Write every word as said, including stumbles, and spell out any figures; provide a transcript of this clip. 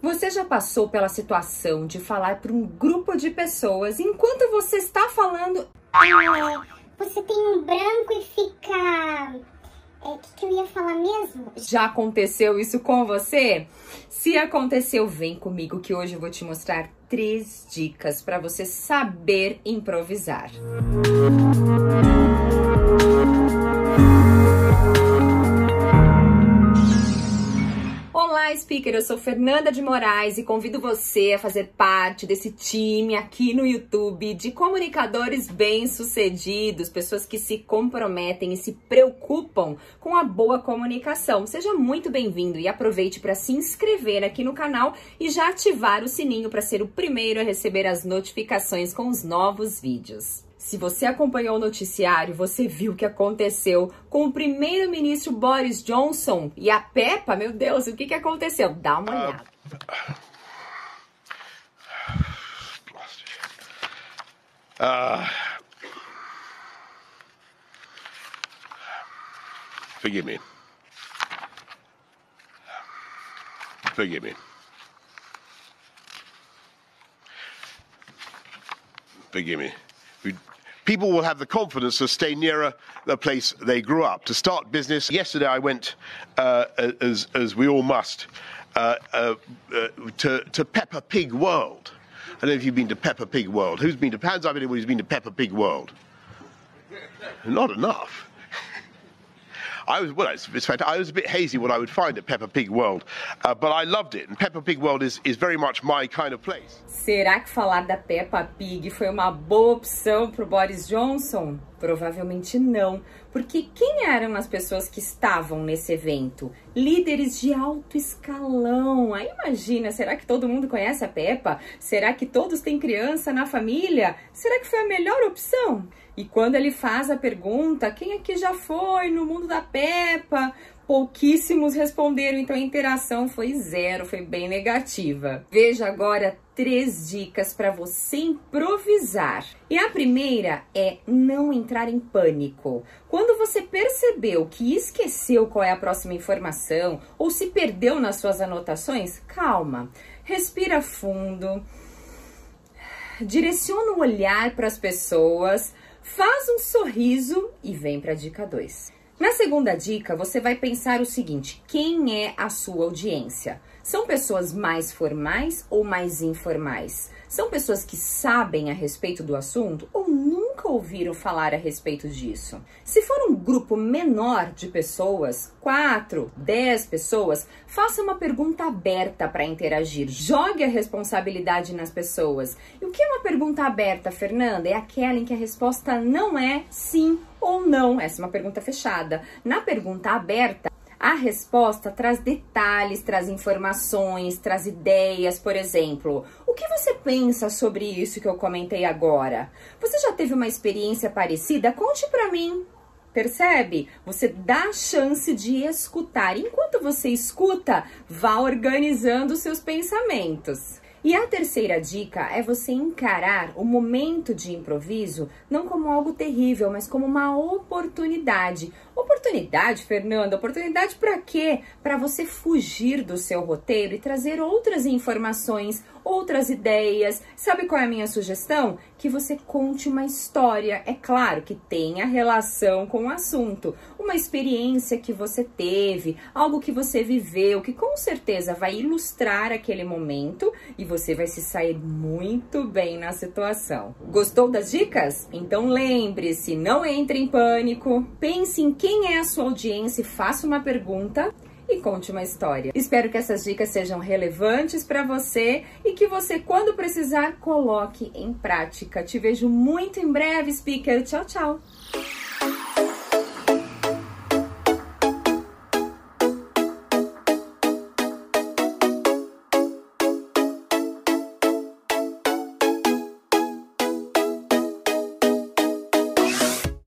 Você já passou pela situação de falar para um grupo de pessoas enquanto você está falando... É, você tem um branco e fica... O é, que, que eu ia falar mesmo? Já aconteceu isso com você? Se aconteceu, vem comigo que hoje eu vou te mostrar três dicas para você saber improvisar. Olá, Speaker! Eu sou Fernanda de Moraes e convido você a fazer parte desse time aqui no YouTube de comunicadores bem-sucedidos, pessoas que se comprometem e se preocupam com a boa comunicação. Seja muito bem-vindo e aproveite para se inscrever aqui no canal e já ativar o sininho para ser o primeiro a receber as notificações com os novos vídeos. Se você acompanhou o noticiário, você viu o que aconteceu com o primeiro-ministro Boris Johnson e a Peppa. Meu Deus, o que, que aconteceu? Dá uma olhada. Uh, forgive me. Forgive me. Forgive me. People will have the confidence to stay nearer the place they grew up, to start business. Yesterday I went, uh, as, as we all must, uh, uh, uh, to, to Peppa Pig World. I don't know if you've been to Peppa Pig World. Who's been to, hands up anyone who's been to Peppa Pig World? Not enough. I was, well, it's, it's I was a bit hazy what I would find at Peppa Pig World, uh, but I loved it, and Peppa Pig World is, is very much my kind of place. Será que falar da Peppa Pig foi uma boa opção para o Boris Johnson? Provavelmente não, porque quem eram as pessoas que estavam nesse evento? Líderes de alto escalão. Aí imagina, será que todo mundo conhece a Peppa? Será que todos têm criança na família? Será que foi a melhor opção? E quando ele faz a pergunta, quem aqui já foi no mundo da Peppa? Pouquíssimos responderam, então a interação foi zero, foi bem negativa. Veja agora três dicas para você improvisar. E a primeira é não entrar em pânico. Quando você percebeu que esqueceu qual é a próxima informação ou se perdeu nas suas anotações, calma, respira fundo, direciona o olhar para as pessoas, faz um sorriso e vem para a dica dois. Na segunda dica, você vai pensar o seguinte: quem é a sua audiência? São pessoas mais formais ou mais informais? São pessoas que sabem a respeito do assunto ou nunca ouviram falar a respeito disso? Se for um grupo menor de pessoas, quatro, dez pessoas, faça uma pergunta aberta para interagir. Jogue a responsabilidade nas pessoas. E o que é uma pergunta aberta, Fernanda? É aquela em que a resposta não é sim ou não. Essa é uma pergunta fechada. Na pergunta aberta, a resposta traz detalhes, traz informações, traz ideias. Por exemplo, o que você pensa sobre isso que eu comentei agora? Você já teve uma experiência parecida? Conte pra mim. Percebe? Você dá a chance de escutar. Enquanto você escuta, vá organizando seus pensamentos. E a terceira dica é você encarar o momento de improviso não como algo terrível, mas como uma oportunidade. Oportunidade, Fernanda? Oportunidade para quê? Para você fugir do seu roteiro e trazer outras informações, outras ideias. Sabe qual é a minha sugestão? Que você conte uma história, é claro que tenha relação com o assunto. Uma experiência que você teve, algo que você viveu, que com certeza vai ilustrar aquele momento e você vai se sair muito bem na situação. Gostou das dicas? Então lembre-se, não entre em pânico, pense em quem é a sua audiência e faça uma pergunta e conte uma história. Espero que essas dicas sejam relevantes para você e que você, quando precisar, coloque em prática. Te vejo muito em breve, Speaker. Tchau, tchau!